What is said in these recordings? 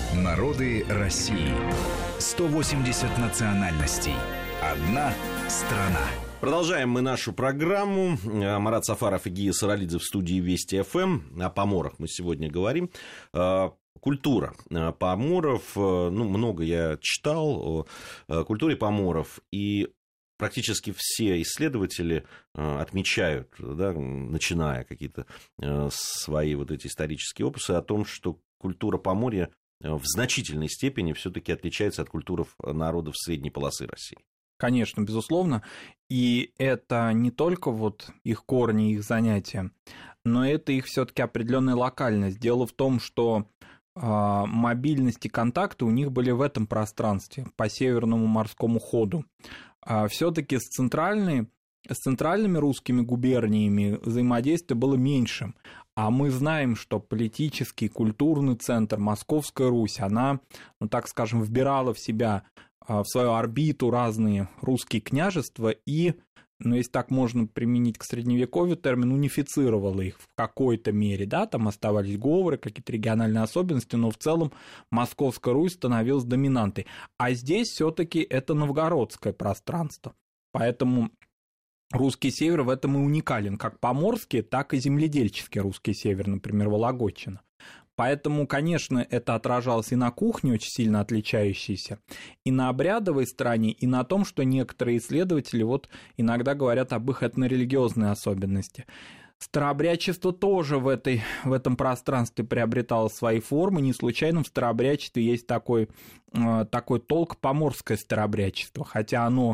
Народы России. 180 национальностей. Одна страна. Продолжаем мы нашу программу. Марат Сафаров и Гия Саралидзе в студии Вести ФМ. О поморах мы сегодня говорим. Культура поморов. Много я читал о культуре поморов. И практически все исследователи отмечают, да, начиная какие-то свои вот эти исторические опусы, о том, что культура поморья в значительной степени все-таки отличается от культур народов средней полосы России. Конечно, безусловно. И это не только вот их корни, их занятия, но это их все-таки определенная локальность. Дело в том, что мобильность и контакты у них были в этом пространстве, по Северному морскому ходу. Все-таки с центральными русскими губерниями взаимодействие было меньшим. А мы знаем, что политический, культурный центр, Московская Русь, она, так скажем, вбирала в себя, в свою орбиту разные русские княжества и, если так можно применить к средневековью термин, унифицировала их в какой-то мере, да, там оставались говоры, какие-то региональные особенности, но в целом Московская Русь становилась доминантой. А здесь все-таки это новгородское пространство, поэтому русский север в этом и уникален, как поморский, так и земледельческий русский север, например, Вологодчина. Поэтому, конечно, это отражалось и на кухне, очень сильно отличающейся, и на обрядовой стороне, и на том, что некоторые исследователи иногда говорят об их этнорелигиозной особенности. Старообрядчество тоже в этом пространстве приобретало свои формы. Не случайно в старообрядчестве есть такой толк поморское старообрядчество, хотя оно,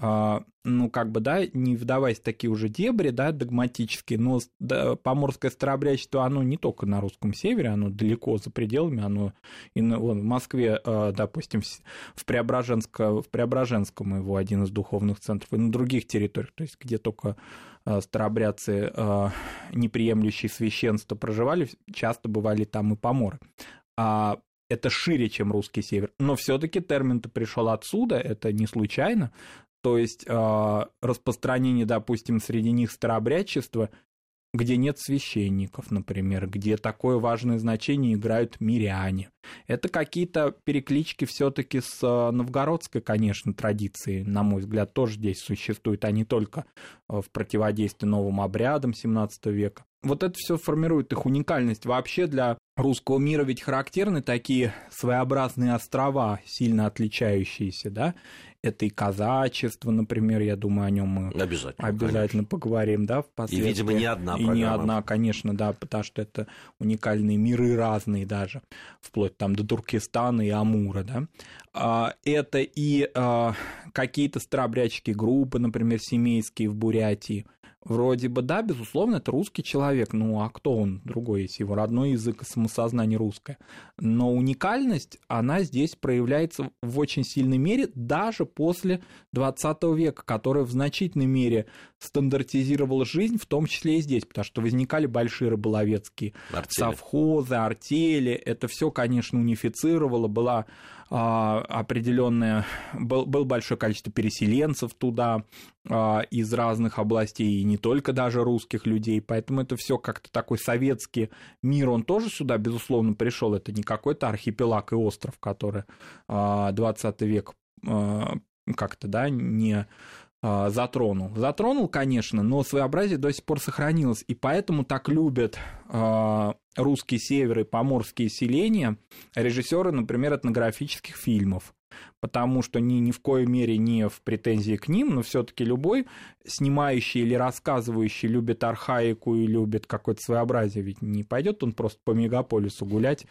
не вдаваясь в такие уже дебри, да, догматические, но поморское старообрядчество, оно не только на русском севере, оно далеко за пределами, оно и в Москве, допустим, в Преображенском его один из духовных центров, и на других территориях, то есть где только старообрядцы, не приемлющие священство, проживали, часто бывали там и поморы. Это шире, чем русский север. Но все-таки термин-то пришел отсюда, это не случайно. То есть распространение, допустим, среди них старообрядчества, где нет священников, например, где такое важное значение играют миряне. Это какие-то переклички все-таки с новгородской, конечно, традицией, на мой взгляд, тоже здесь существует, а не только в противодействии новым обрядам XVII века. Вот это все формирует их уникальность. Вообще для русского мира ведь характерны такие своеобразные острова, сильно отличающиеся, да? Это и казачество, например, я думаю, о нем мы обязательно поговорим, да, впоследствии. И, видимо, не одна программа. И не одна, конечно, да, потому что это уникальные миры разные даже, вплоть там до Туркестана и Амура, да. Это и какие-то старообрядческие группы, например, семейские в Бурятии. Вроде бы, да, безусловно, это русский человек, а кто он другой, если его родной язык и самосознание русское. Но уникальность, она здесь проявляется в очень сильной мере даже после XX века, который в значительной мере стандартизировал жизнь, в том числе и здесь, потому что возникали большие рыболовецкие совхозы, артели, это все, конечно, унифицировало, была определенное, было большое количество переселенцев туда из разных областей, и не только даже русских людей, поэтому это все как-то такой советский мир, он тоже сюда, безусловно, пришел, это не какой-то архипелаг и остров, который 20 век как-то, да, не затронул. Затронул, конечно, но своеобразие до сих пор сохранилось, и поэтому так любят русский север и поморские селения режиссеры, например, этнографических фильмов, потому что ни в коей мере не в претензии к ним, но все-таки любой снимающий или рассказывающий любит архаику и любит какое-то своеобразие, ведь не пойдет он просто по мегаполису гулять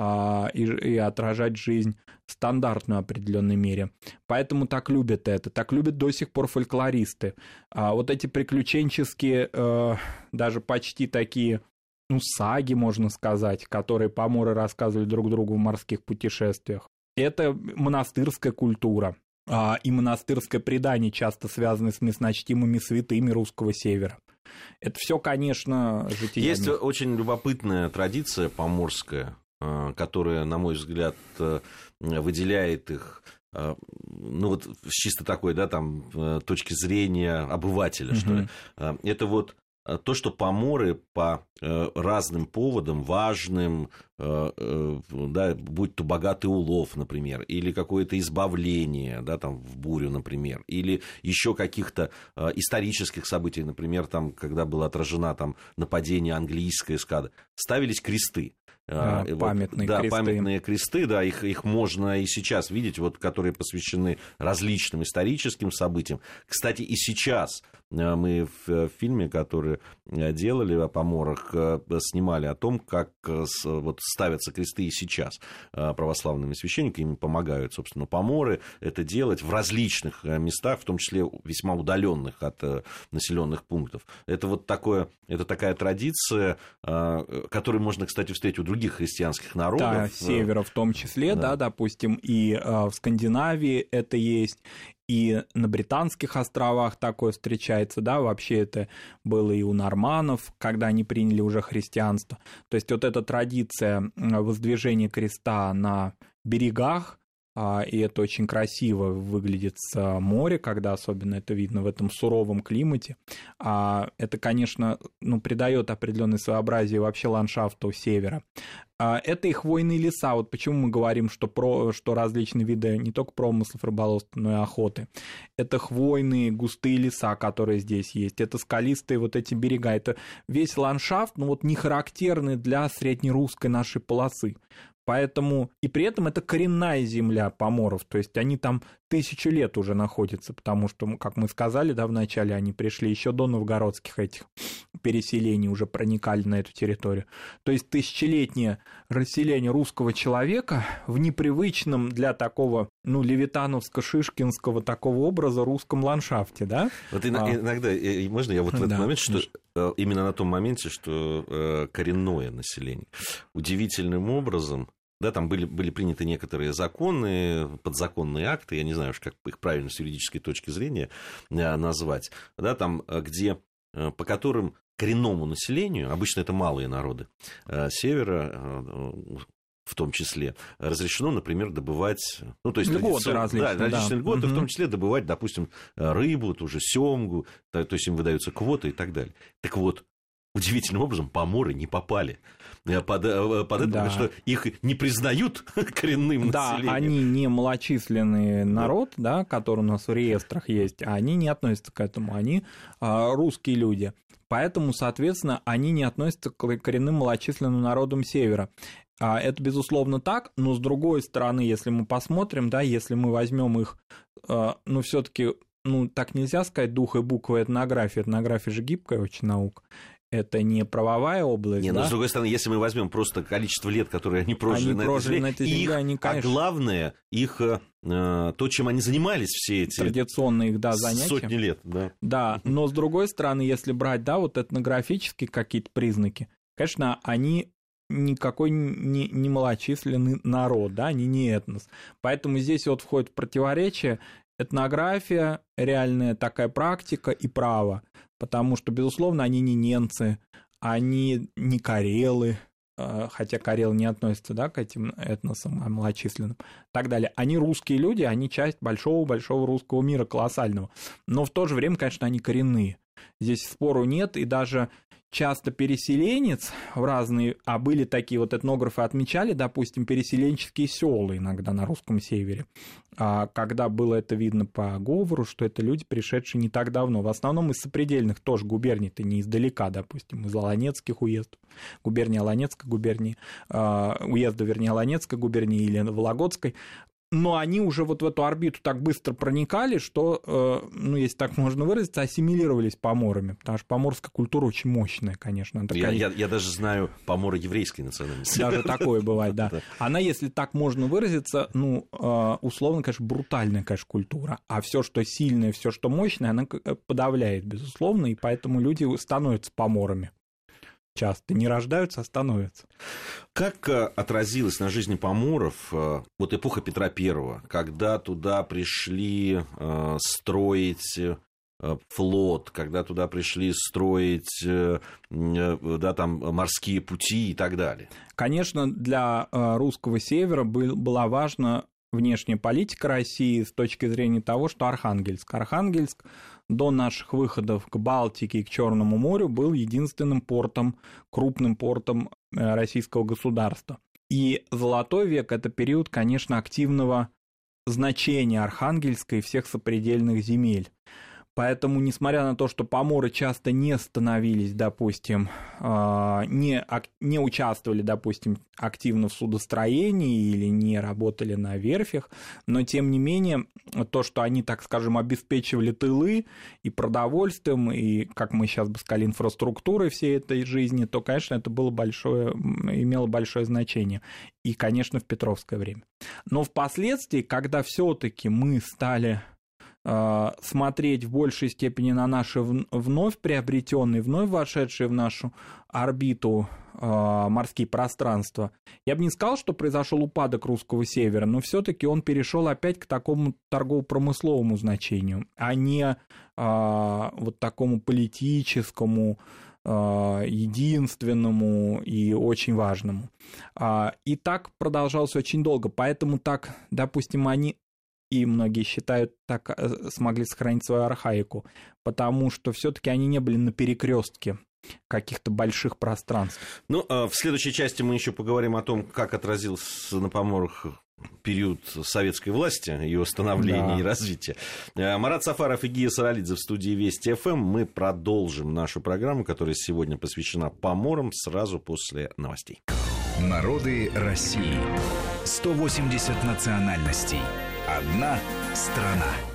и отражать жизнь стандартную в определенной мере. Поэтому так любят это, так любят до сих пор фольклористы. Вот эти приключенческие, даже почти такие, саги, можно сказать, которые поморы рассказывали друг другу в морских путешествиях. Это монастырская культура и монастырское предание, часто связаны с местночтимыми святыми русского севера. Это все, конечно, жития. Есть очень любопытная традиция поморская, которая, на мой взгляд, выделяет их, с чисто такой, да, там, точки зрения обывателя, что ли. Это то, что поморы по разным поводам, важным, да, будь то богатый улов, например, или какое-то избавление, да, там, в бурю, например, или еще каких-то исторических событий, например, там, когда было отражено там, нападение английской эскады, ставились кресты. Памятные кресты. Памятные кресты, да, их можно и сейчас видеть, вот, которые посвящены различным историческим событиям. Кстати, и сейчас мы в фильме, который делали о поморах, снимали о том, как вот ставятся кресты и сейчас православными священниками, им помогают, собственно, поморы это делать в различных местах, в том числе весьма удаленных от населенных пунктов. Это вот такая традиция, которую можно, кстати, встретить у других христианских народов. Да, севера в том числе, да, допустим, и в Скандинавии это есть, и на Британских островах такое встречается, да, вообще это было и у норманнов, когда они приняли уже христианство. То есть вот эта традиция воздвижения креста на берегах, и это очень красиво выглядит с моря, когда особенно это видно в этом суровом климате. Это, конечно, придает определенное своеобразие вообще ландшафту севера. Это и хвойные леса. Вот почему мы говорим, что различные виды не только промыслов рыболовства, но и охоты. Это хвойные густые леса, которые здесь есть. Это скалистые вот эти берега. Это весь ландшафт, не характерный для среднерусской нашей полосы. Поэтому, и при этом это коренная земля поморов, то есть они там 1000 лет уже находятся, потому что, как мы сказали, да, вначале они пришли еще до новгородских этих переселений, уже проникали на эту территорию. То есть тысячелетнее расселение русского человека в непривычном для такого, левитановско-шишкинского такого образа русском ландшафте, да? Вот иногда, можно я вот в этот момент, что именно на том моменте, что коренное население удивительным образом, да, там были приняты некоторые законы, подзаконные акты, я не знаю уж, как их правильно с юридической точки зрения назвать, да, там, по которым коренному населению, обычно это малые народы севера, в том числе, разрешено, например, добывать... то есть льготы различные льготы, в том числе добывать, допустим, рыбу, ту же семгу, то есть им выдаются квоты и так далее. Так вот, удивительным образом поморы не попали под это, потому что их не признают коренным населением. Да, они не малочисленный народ, да, который у нас в реестрах есть, а они не относятся к этому, они русские люди. Поэтому, соответственно, они не относятся к коренным малочисленным народам севера. Это, безусловно, так, но с другой стороны, если мы посмотрим, да, если мы возьмем их, все-таки, так нельзя сказать, дух и буква этнографии. Этнография же гибкая очень наука. Это не правовая область. Но с другой стороны, если мы возьмем просто количество лет, которые они прожили на этой земле, а главное, их то, чем они занимались все эти традиционные их, занятия. Сотни лет. Да, но с другой стороны, если брать, вот этнографические какие-то признаки, конечно, они никакой не малочисленный народ, да, они не этнос. Поэтому здесь вот входит в противоречие этнография, реальная такая практика и право. Потому что, безусловно, они не немцы, они не карелы, хотя карелы не относятся, да, к этим этносам малочисленным, и так далее. Они русские люди, они часть большого-большого русского мира, колоссального. Но в то же время, конечно, они коренные. Здесь спору нет, и даже часто переселенец в разные, были такие вот этнографы отмечали, допустим, переселенческие села иногда на русском севере, когда было это видно по говору, что это люди, пришедшие не так давно, в основном из сопредельных тоже губерний-то не издалека, допустим, из Аланецких уездов, губернии Аланецкой, уезда, Аланецкой губернии или Вологодской. Но они уже вот в эту орбиту так быстро проникали, что, если так можно выразиться, ассимилировались поморами, потому что поморская культура очень мощная, конечно. Я даже знаю поморы еврейской национальности. Даже такое бывает, да. Она, если так можно выразиться, условно, конечно, брутальная, конечно, культура, а все, что сильное, все, что мощное, она подавляет, безусловно, и поэтому люди становятся поморами. Часто не рождаются, а становятся. Как отразилась на жизни поморов вот эпоха Петра I, когда туда пришли строить флот, когда туда пришли строить морские пути и так далее? Конечно, для русского севера была важна внешняя политика России с точки зрения того, что Архангельск до наших выходов к Балтике и к Черному морю был единственным портом, крупным портом российского государства. И Золотой век – это период, конечно, активного значения Архангельска и всех сопредельных земель. Поэтому, несмотря на то, что поморы часто не становились, допустим, не участвовали, допустим, активно в судостроении или не работали на верфях, но, тем не менее, то, что они, так скажем, обеспечивали тылы и продовольствием, и, как мы сейчас бы сказали, инфраструктурой всей этой жизни, то, конечно, это было имело большое значение. И, конечно, в Петровское время. Но впоследствии, когда все-таки мы стали смотреть в большей степени на наши вновь приобретенные, вновь вошедшие в нашу орбиту морские пространства, я бы не сказал, что произошел упадок русского севера, но все-таки он перешел опять к такому торгово-промысловому значению, а не вот такому политическому, единственному и очень важному. И так продолжалось очень долго, поэтому так, допустим, они и многие считают, так смогли сохранить свою архаику, потому что все-таки они не были на перекрестке каких-то больших пространств. Ну, в следующей части мы еще поговорим о том, как отразился на поморах период советской власти, ее становления и развития. Марат Сафаров и Гия Саралидзе в студии Вести ФМ. Мы продолжим нашу программу, которая сегодня посвящена поморам, сразу после новостей. Народы России. 180 национальностей. Одна страна.